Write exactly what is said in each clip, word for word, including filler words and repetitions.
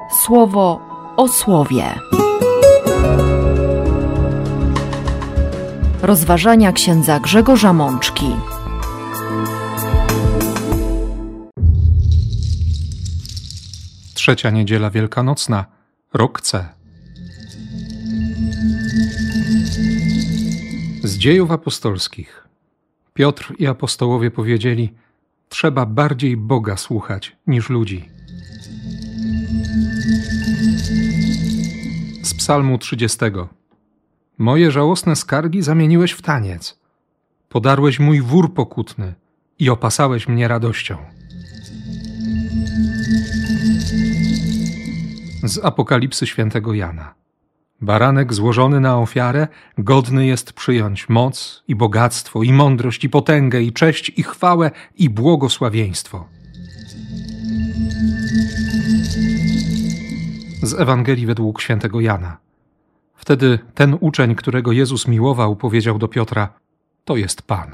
Słowo o słowie. Rozważania księdza Grzegorza Mączki. Trzecia niedziela wielkanocna, rok C. Z Dziejów Apostolskich. Piotr i apostołowie powiedzieli: trzeba bardziej Boga słuchać niż ludzi. Z Psalmu trzydziestego. Moje żałosne skargi zamieniłeś w taniec. Podarłeś mój wór pokutny i opasałeś mnie radością. Z Apokalipsy świętego Jana. Baranek złożony na ofiarę godny jest przyjąć moc i bogactwo, i mądrość, i potęgę, i cześć, i chwałę, i błogosławieństwo. Z Ewangelii według świętego Jana. Wtedy ten uczeń, którego Jezus miłował, powiedział do Piotra: to jest Pan.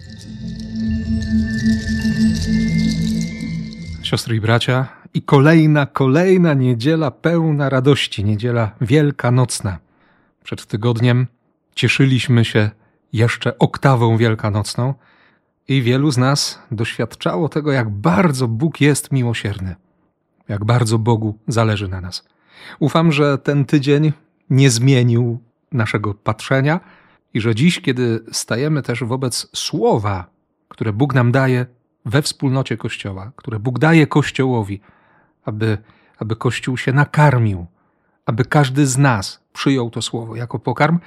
Siostry i bracia, i kolejna, kolejna niedziela pełna radości, niedziela wielkanocna. Przed tygodniem cieszyliśmy się jeszcze oktawą wielkanocną i wielu z nas doświadczało tego, jak bardzo Bóg jest miłosierny, jak bardzo Bogu zależy na nas. Ufam, że ten tydzień nie zmienił naszego patrzenia i że dziś, kiedy stajemy też wobec słowa, które Bóg nam daje we wspólnocie Kościoła, które Bóg daje Kościołowi, aby, aby Kościół się nakarmił, aby każdy z nas przyjął to słowo jako pokarm,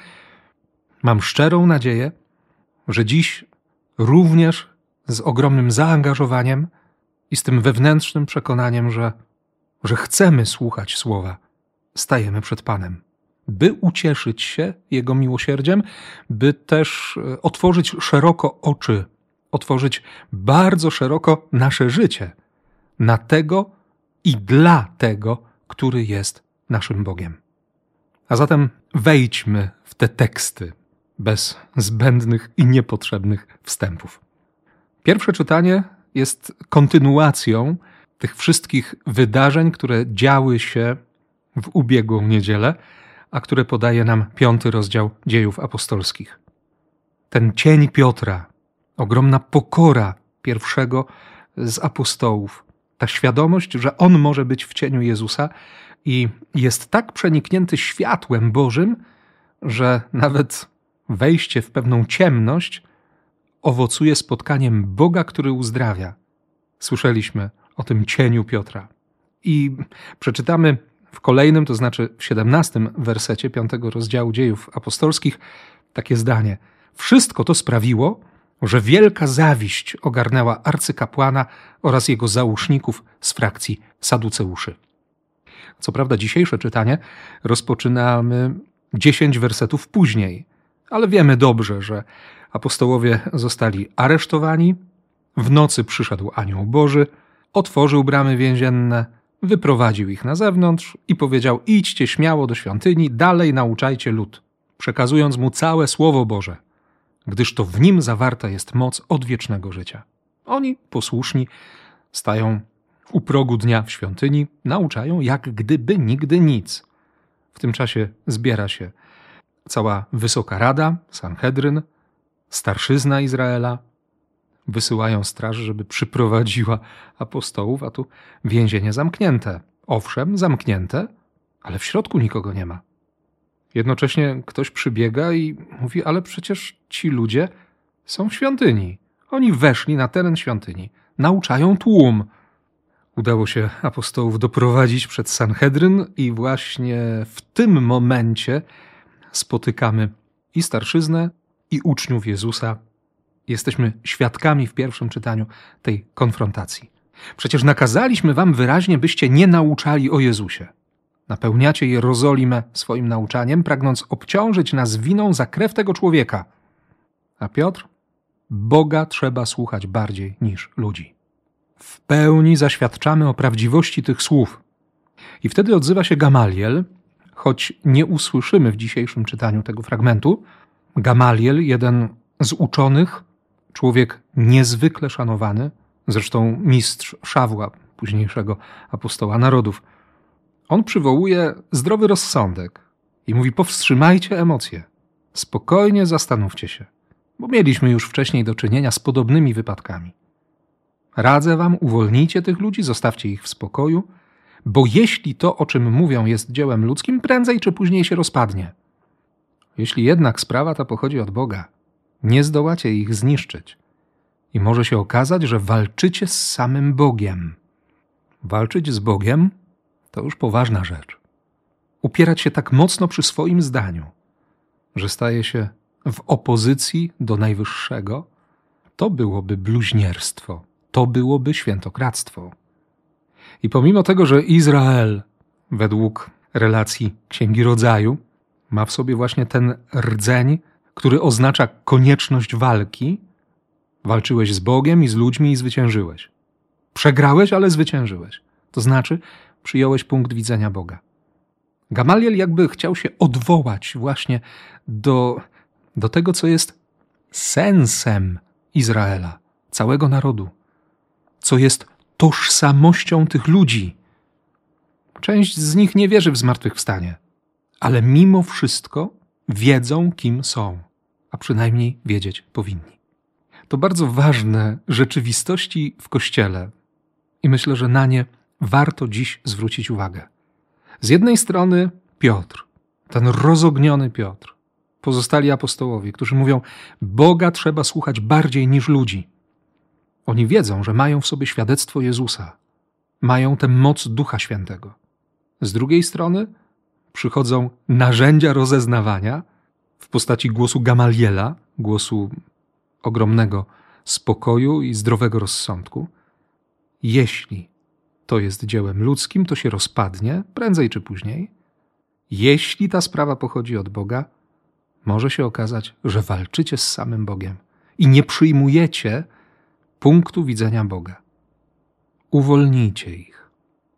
mam szczerą nadzieję, że dziś również z ogromnym zaangażowaniem i z tym wewnętrznym przekonaniem, że, że chcemy słuchać słowa, stajemy przed Panem, by ucieszyć się Jego miłosierdziem, by też otworzyć szeroko oczy, otworzyć bardzo szeroko nasze życie na tego i dla tego, który jest naszym Bogiem. A zatem wejdźmy w te teksty bez zbędnych i niepotrzebnych wstępów. Pierwsze czytanie jest kontynuacją tych wszystkich wydarzeń, które działy się w ubiegłą niedzielę, a które podaje nam piąty rozdział Dziejów Apostolskich. Ten cień Piotra, ogromna pokora pierwszego z apostołów, ta świadomość, że on może być w cieniu Jezusa i jest tak przeniknięty światłem Bożym, że nawet wejście w pewną ciemność owocuje spotkaniem Boga, który uzdrawia. Słyszeliśmy o tym cieniu Piotra. I przeczytamy w kolejnym, to znaczy w siedemnastym wersecie piątego rozdziału Dziejów Apostolskich takie zdanie. Wszystko to sprawiło, że wielka zawiść ogarnęła arcykapłana oraz jego załóżników z frakcji Saduceuszy. Co prawda dzisiejsze czytanie rozpoczynamy dziesięć wersetów później, ale wiemy dobrze, że apostołowie zostali aresztowani, w nocy przyszedł anioł Boży, otworzył bramy więzienne, wyprowadził ich na zewnątrz i powiedział: idźcie śmiało do świątyni, dalej nauczajcie lud, przekazując mu całe Słowo Boże, gdyż to w nim zawarta jest moc odwiecznego życia. Oni, posłuszni, stają u progu dnia w świątyni, nauczają jak gdyby nigdy nic. W tym czasie zbiera się cała Wysoka Rada, Sanhedryn, starszyzna Izraela, wysyłają straż, żeby przyprowadziła apostołów, a tu więzienie zamknięte. Owszem, zamknięte, ale w środku nikogo nie ma. Jednocześnie ktoś przybiega i mówi: ale przecież ci ludzie są w świątyni. Oni weszli na teren świątyni, nauczają tłum. Udało się apostołów doprowadzić przed Sanhedryn i właśnie w tym momencie spotykamy i starszyznę, i uczniów Jezusa. Jesteśmy świadkami w pierwszym czytaniu tej konfrontacji. Przecież nakazaliśmy wam wyraźnie, byście nie nauczali o Jezusie. Napełniacie Jerozolimę swoim nauczaniem, pragnąc obciążyć nas winą za krew tego człowieka. A Piotr? Boga trzeba słuchać bardziej niż ludzi. W pełni zaświadczamy o prawdziwości tych słów. I wtedy odzywa się Gamaliel, choć nie usłyszymy w dzisiejszym czytaniu tego fragmentu. Gamaliel, jeden z uczonych, człowiek niezwykle szanowany, zresztą mistrz Szawła, późniejszego apostoła narodów. On przywołuje zdrowy rozsądek i mówi: powstrzymajcie emocje, spokojnie zastanówcie się, bo mieliśmy już wcześniej do czynienia z podobnymi wypadkami. Radzę wam, uwolnijcie tych ludzi, zostawcie ich w spokoju, bo jeśli to, o czym mówią, jest dziełem ludzkim, prędzej czy później się rozpadnie. Jeśli jednak sprawa ta pochodzi od Boga, nie zdołacie ich zniszczyć i może się okazać, że walczycie z samym Bogiem. Walczyć z Bogiem to już poważna rzecz. Upierać się tak mocno przy swoim zdaniu, że staje się w opozycji do Najwyższego, to byłoby bluźnierstwo, to byłoby świętokradztwo. I pomimo tego, że Izrael, według relacji Księgi Rodzaju, ma w sobie właśnie ten rdzeń, który oznacza konieczność walki, walczyłeś z Bogiem i z ludźmi i zwyciężyłeś. Przegrałeś, ale zwyciężyłeś. To znaczy, przyjąłeś punkt widzenia Boga. Gamaliel jakby chciał się odwołać właśnie do, do tego, co jest sensem Izraela, całego narodu, co jest tożsamością tych ludzi. Część z nich nie wierzy w zmartwychwstanie, ale mimo wszystko wiedzą, kim są, a przynajmniej wiedzieć powinni. To bardzo ważne rzeczywistości w Kościele i myślę, że na nie warto dziś zwrócić uwagę. Z jednej strony Piotr, ten rozogniony Piotr, pozostali apostołowie, którzy mówią: Boga trzeba słuchać bardziej niż ludzi. Oni wiedzą, że mają w sobie świadectwo Jezusa, mają tę moc Ducha Świętego. Z drugiej strony przychodzą narzędzia rozeznawania w postaci głosu Gamaliela, głosu ogromnego spokoju i zdrowego rozsądku. Jeśli to jest dziełem ludzkim, to się rozpadnie, prędzej czy później. Jeśli ta sprawa pochodzi od Boga, może się okazać, że walczycie z samym Bogiem i nie przyjmujecie punktu widzenia Boga. Uwolnijcie ich.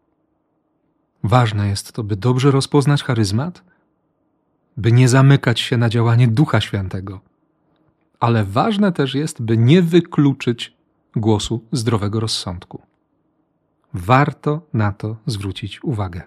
Ważne jest to, by dobrze rozpoznać charyzmat, by nie zamykać się na działanie Ducha Świętego, ale ważne też jest, by nie wykluczyć głosu zdrowego rozsądku. Warto na to zwrócić uwagę.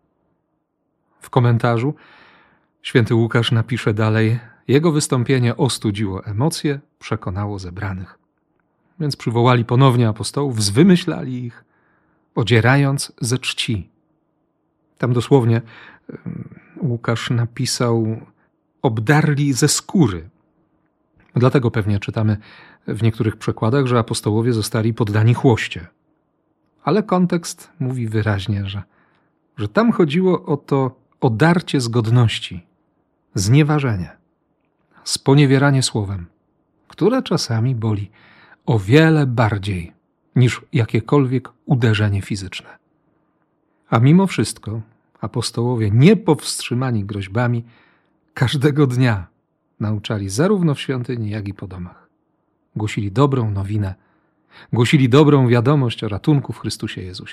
W komentarzu święty Łukasz napisze dalej: jego wystąpienie ostudziło emocje, przekonało zebranych. Więc przywołali ponownie apostołów, zwymyślali ich, odzierając ze czci. Tam dosłownie Łukasz napisał: obdarli ze skóry. Dlatego pewnie czytamy w niektórych przekładach, że apostołowie zostali poddani chłoście. Ale kontekst mówi wyraźnie, że, że tam chodziło o to odarcie z godności, znieważenie, sponiewieranie słowem, które czasami boli o wiele bardziej niż jakiekolwiek uderzenie fizyczne. A mimo wszystko apostołowie, niepowstrzymani groźbami, każdego dnia nauczali zarówno w świątyni, jak i po domach. Głosili dobrą nowinę, głosili dobrą wiadomość o ratunku w Chrystusie Jezusie.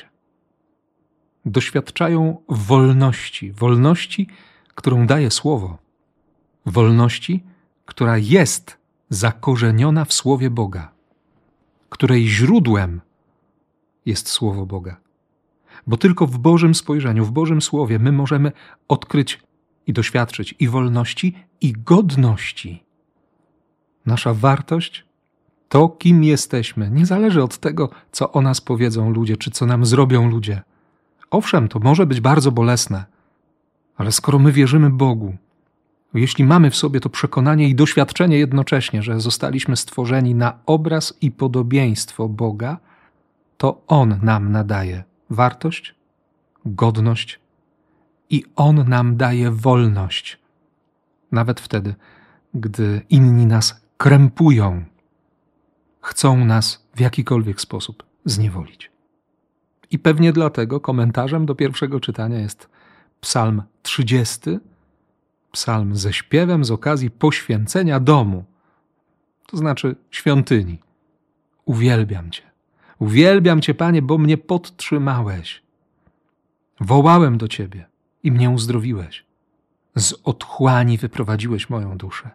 Doświadczają wolności, wolności, którą daje Słowo, wolności, która jest zakorzeniona w Słowie Boga, której źródłem jest Słowo Boga. Bo tylko w Bożym spojrzeniu, w Bożym Słowie my możemy odkryć i doświadczyć i wolności, i godności. Nasza wartość, to kim jesteśmy, nie zależy od tego, co o nas powiedzą ludzie, czy co nam zrobią ludzie. Owszem, to może być bardzo bolesne, ale skoro my wierzymy Bogu, jeśli mamy w sobie to przekonanie i doświadczenie jednocześnie, że zostaliśmy stworzeni na obraz i podobieństwo Boga, to On nam nadaje wartość, godność i On nam daje wolność. Nawet wtedy, gdy inni nas krępują, chcą nas w jakikolwiek sposób zniewolić. I pewnie dlatego komentarzem do pierwszego czytania jest Psalm trzydziesty, psalm ze śpiewem z okazji poświęcenia domu, to znaczy świątyni. Uwielbiam Cię. Uwielbiam Cię, Panie, bo mnie podtrzymałeś. Wołałem do Ciebie i mnie uzdrowiłeś. Z otchłani wyprowadziłeś moją duszę.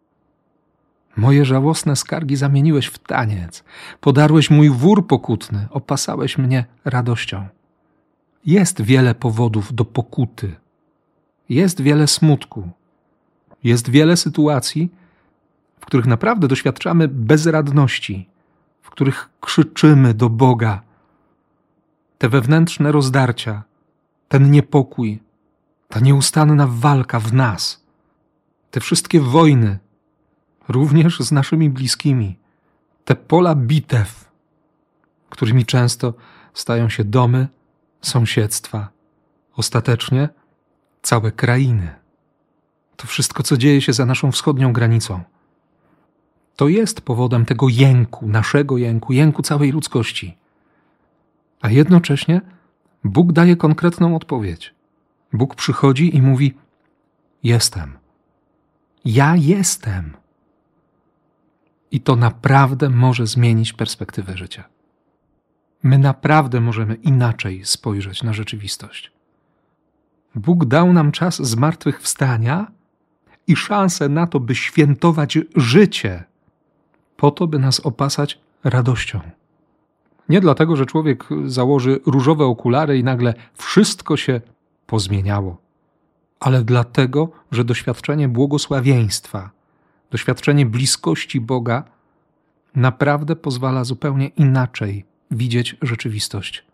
Moje żałosne skargi zamieniłeś w taniec. Podarłeś mój wór pokutny, opasałeś mnie radością. jest wiele powodów do pokuty. Jest wiele smutku. Jest wiele sytuacji, w których naprawdę doświadczamy bezradności, w których krzyczymy do Boga. Te wewnętrzne rozdarcia, ten niepokój, ta nieustanna walka w nas, te wszystkie wojny, również z naszymi bliskimi, te pola bitew, którymi często stają się domy, sąsiedztwa, ostatecznie całe krainy. To wszystko, co dzieje się za naszą wschodnią granicą, to jest powodem tego jęku, naszego jęku, jęku całej ludzkości. A jednocześnie Bóg daje konkretną odpowiedź. Bóg przychodzi i mówi: jestem. Ja jestem. I to naprawdę może zmienić perspektywę życia. My naprawdę możemy inaczej spojrzeć na rzeczywistość. Bóg dał nam czas zmartwychwstania i szansę na to, by świętować życie, po to, by nas opasać radością. Nie dlatego, że człowiek założy różowe okulary i nagle wszystko się pozmieniało, ale dlatego, że doświadczenie błogosławieństwa, doświadczenie bliskości Boga naprawdę pozwala zupełnie inaczej widzieć rzeczywistość.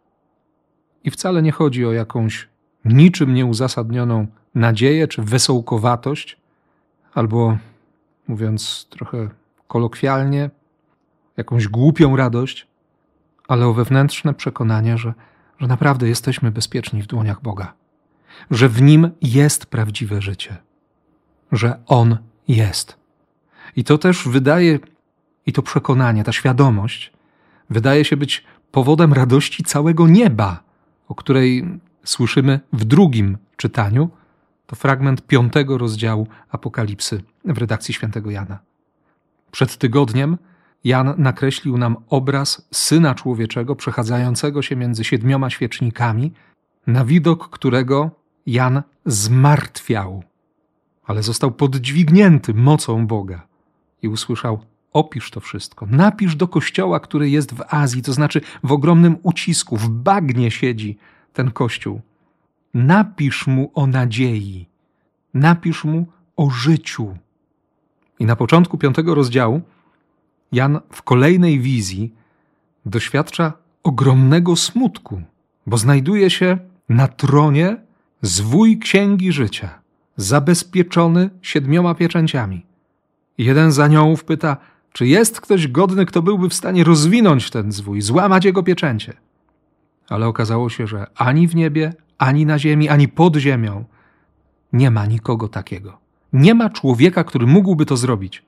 I wcale nie chodzi o jakąś niczym nieuzasadnioną nadzieję czy wesołkowatość, albo, mówiąc trochę kolokwialnie, jakąś głupią radość, ale o wewnętrzne przekonanie, że, że naprawdę jesteśmy bezpieczni w dłoniach Boga, że w Nim jest prawdziwe życie, że On jest. I to też wydaje, i to przekonanie, ta świadomość wydaje się być powodem radości całego nieba, o której słyszymy w drugim czytaniu. To fragment piątego rozdziału Apokalipsy w redakcji świętego Jana. Przed tygodniem Jan nakreślił nam obraz Syna Człowieczego przechadzającego się między siedmioma świecznikami, na widok którego Jan zmartwiał, ale został poddźwignięty mocą Boga i usłyszał: opisz to wszystko, napisz do kościoła, który jest w Azji, to znaczy w ogromnym ucisku, w bagnie siedzi ten kościół. Napisz mu o nadziei, napisz mu o życiu. I na początku piątego rozdziału Jan w kolejnej wizji doświadcza ogromnego smutku, bo znajduje się na tronie zwój Księgi Życia, zabezpieczony siedmioma pieczęciami. Jeden z aniołów pyta, czy jest ktoś godny, kto byłby w stanie rozwinąć ten zwój, złamać jego pieczęcie. Ale okazało się, że ani w niebie, ani na ziemi, ani pod ziemią nie ma nikogo takiego. Nie ma człowieka, który mógłby to zrobić.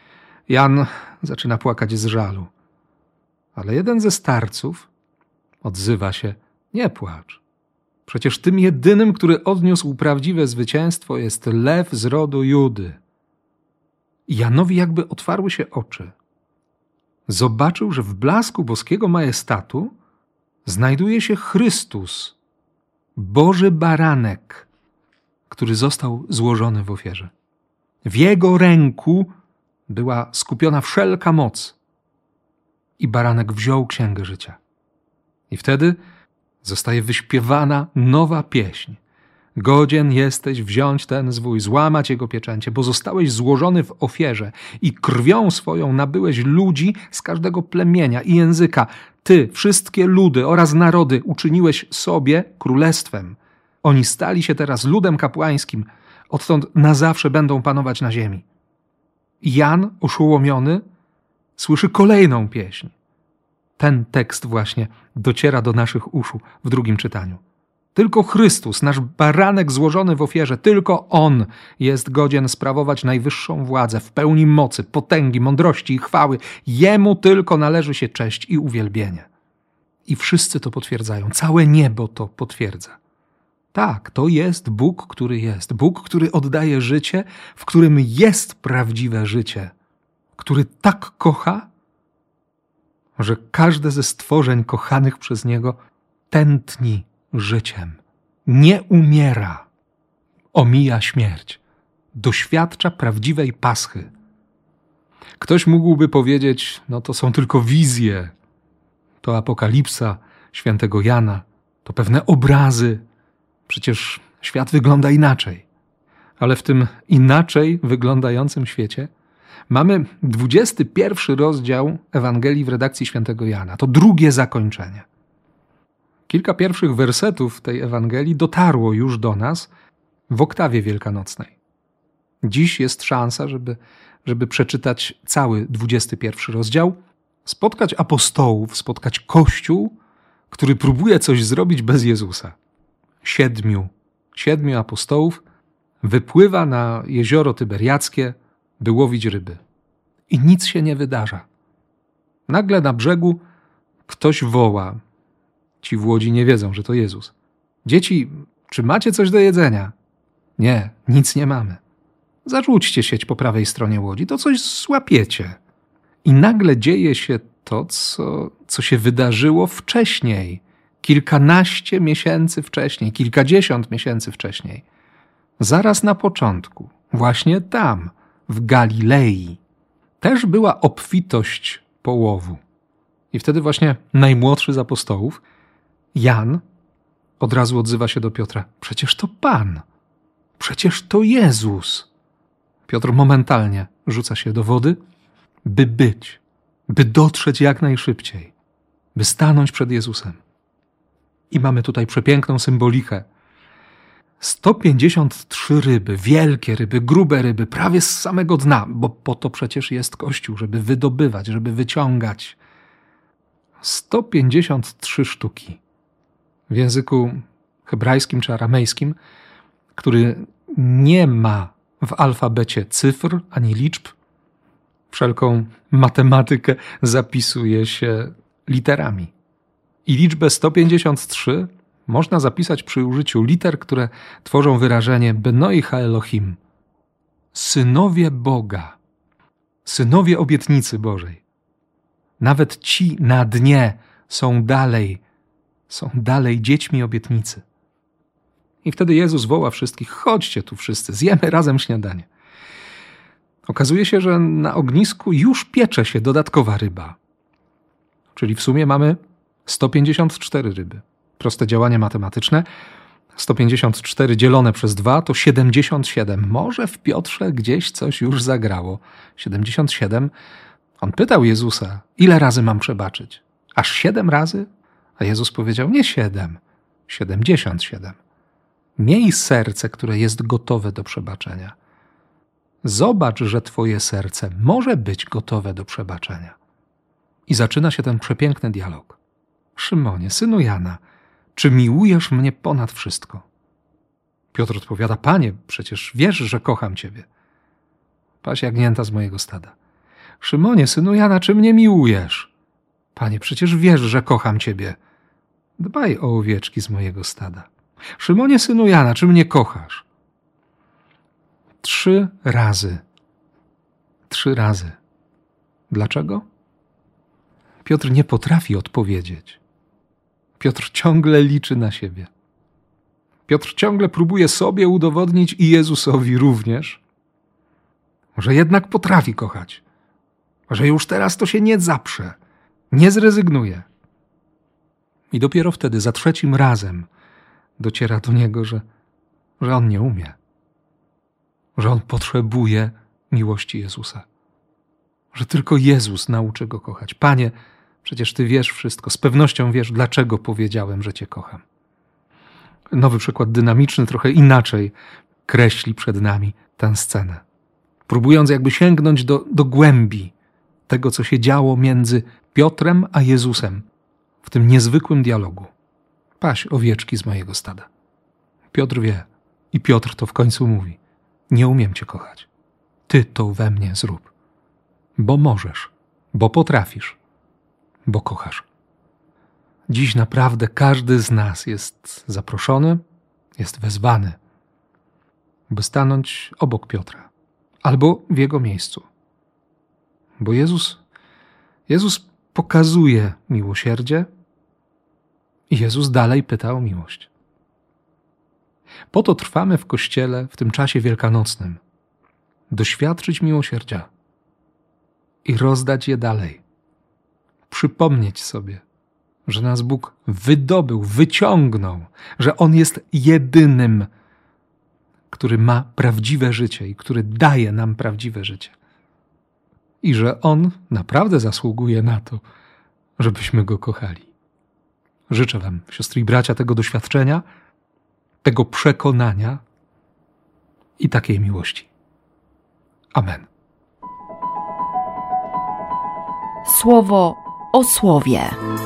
Jan zaczyna płakać z żalu. Ale jeden ze starców odzywa się: nie płacz. Przecież tym jedynym, który odniósł prawdziwe zwycięstwo, jest lew z rodu Judy. I Janowi jakby otwarły się oczy. Zobaczył, że w blasku boskiego majestatu znajduje się Chrystus, Boży Baranek, który został złożony w ofierze. W Jego ręku była skupiona wszelka moc i Baranek wziął Księgę Życia. I wtedy zostaje wyśpiewana nowa pieśń. Godzien jesteś wziąć ten zwój, złamać jego pieczęcie, bo zostałeś złożony w ofierze i krwią swoją nabyłeś ludzi z każdego plemienia i języka. Ty, wszystkie ludy oraz narody uczyniłeś sobie królestwem. Oni stali się teraz ludem kapłańskim, odtąd na zawsze będą panować na ziemi. Jan, oszołomiony, słyszy kolejną pieśń. Ten tekst właśnie dociera do naszych uszu w drugim czytaniu. Tylko Chrystus, nasz baranek złożony w ofierze, tylko On jest godzien sprawować najwyższą władzę w pełni mocy, potęgi, mądrości i chwały. Jemu tylko należy się cześć i uwielbienie. I wszyscy to potwierdzają. Całe niebo to potwierdza. Tak, to jest Bóg, który jest. Bóg, który oddaje życie, w którym jest prawdziwe życie. Który tak kocha, że każde ze stworzeń kochanych przez Niego tętni życiem. Nie umiera. Omija śmierć. Doświadcza prawdziwej paschy. Ktoś mógłby powiedzieć, no to są tylko wizje. To apokalipsa świętego Jana. to pewne obrazy. Przecież świat wygląda inaczej. Ale w tym inaczej wyglądającym świecie mamy dwudziesty pierwszy rozdział Ewangelii w redakcji świętego Jana. To drugie zakończenie. Kilka pierwszych wersetów tej Ewangelii dotarło już do nas w oktawie wielkanocnej. Dziś jest szansa, żeby, żeby przeczytać cały dwudziesty pierwszy rozdział, spotkać apostołów, spotkać Kościół, który próbuje coś zrobić bez Jezusa. Siedmiu, siedmiu apostołów wypływa na jezioro Tyberiackie, by łowić ryby. I nic się nie wydarza. Nagle na brzegu ktoś woła. Ci w łodzi nie wiedzą, że to Jezus. Dzieci, czy macie coś do jedzenia? Nie, nic nie mamy. Zarzućcie sieć po prawej stronie łodzi, to coś złapiecie. I nagle dzieje się to, co, co się wydarzyło wcześniej. Kilkanaście miesięcy wcześniej, kilkadziesiąt miesięcy wcześniej. Zaraz na początku, właśnie tam, w Galilei, też była obfitość połowu. I wtedy właśnie najmłodszy z apostołów, Jan, od razu odzywa się do Piotra. Przecież to Pan, przecież to Jezus. Piotr momentalnie rzuca się do wody, by być, by dotrzeć jak najszybciej, by stanąć przed Jezusem. I mamy tutaj przepiękną symbolikę. sto pięćdziesiąt trzy ryby, wielkie ryby, grube ryby, prawie z samego dna, bo po to przecież jest Kościół, żeby wydobywać, żeby wyciągać. sto pięćdziesiąt trzy sztuki. W języku hebrajskim czy aramejskim, który nie ma w alfabecie cyfr ani liczb, wszelką matematykę zapisuje się literami. I liczbę sto pięćdziesiąt trzy można zapisać przy użyciu liter, które tworzą wyrażenie Benoi ha Elohim. Synowie Boga. Synowie obietnicy Bożej. Nawet ci na dnie są dalej, są dalej dziećmi obietnicy. I wtedy Jezus woła wszystkich, chodźcie tu wszyscy, zjemy razem śniadanie. Okazuje się, że na ognisku już piecze się dodatkowa ryba. Czyli w sumie mamy sto pięćdziesiąt cztery ryby. Proste działanie matematyczne. sto pięćdziesiąt cztery dzielone przez dwa to siedemdziesiąt siedem. Może w Piotrze gdzieś coś już zagrało. siedemdziesiąt siedem. On pytał Jezusa, ile razy mam przebaczyć? Aż siedem razy? A Jezus powiedział, nie siedem, siedemdziesiąt siedem. Miej serce, które jest gotowe do przebaczenia. Zobacz, że twoje serce może być gotowe do przebaczenia. I zaczyna się ten przepiękny dialog. Szymonie, synu Jana, czy miłujesz mnie ponad wszystko? Piotr odpowiada, Panie, przecież wiesz, że kocham Ciebie. Paś jagnięta z mojego stada. Szymonie, synu Jana, czy mnie miłujesz? Panie, przecież wiesz, że kocham Ciebie. Dbaj o owieczki z mojego stada. Szymonie, synu Jana, czy mnie kochasz? Trzy razy. Trzy razy. Dlaczego? Piotr nie potrafi odpowiedzieć. Piotr ciągle liczy na siebie. Piotr ciągle próbuje sobie udowodnić i Jezusowi również, że jednak potrafi kochać, że już teraz to się nie zaprze, nie zrezygnuje. I dopiero wtedy, za trzecim razem, dociera do niego, że, że on nie umie, że on potrzebuje miłości Jezusa, że tylko Jezus nauczy go kochać. Panie, przecież Ty wiesz wszystko, z pewnością wiesz, dlaczego powiedziałem, że Cię kocham. Nowy przykład dynamiczny, trochę inaczej kreśli przed nami tę scenę. Próbując jakby sięgnąć do, do głębi tego, co się działo między Piotrem a Jezusem w tym niezwykłym dialogu. Paś owieczki z mojego stada. Piotr wie i Piotr to w końcu mówi. Nie umiem Cię kochać. Ty to we mnie zrób. Bo możesz, bo potrafisz, bo kochasz. Dziś naprawdę każdy z nas jest zaproszony, jest wezwany, by stanąć obok Piotra albo w jego miejscu. Bo Jezus, Jezus pokazuje miłosierdzie i Jezus dalej pyta o miłość. Po to trwamy w Kościele w tym czasie wielkanocnym. Doświadczyć miłosierdzia i rozdać je dalej. Przypomnieć sobie, że nas Bóg wydobył, wyciągnął, że On jest jedynym, który ma prawdziwe życie i który daje nam prawdziwe życie. I że On naprawdę zasługuje na to, żebyśmy Go kochali. Życzę wam, siostry i bracia, tego doświadczenia, tego przekonania i takiej miłości. Amen. Słowo o słowie.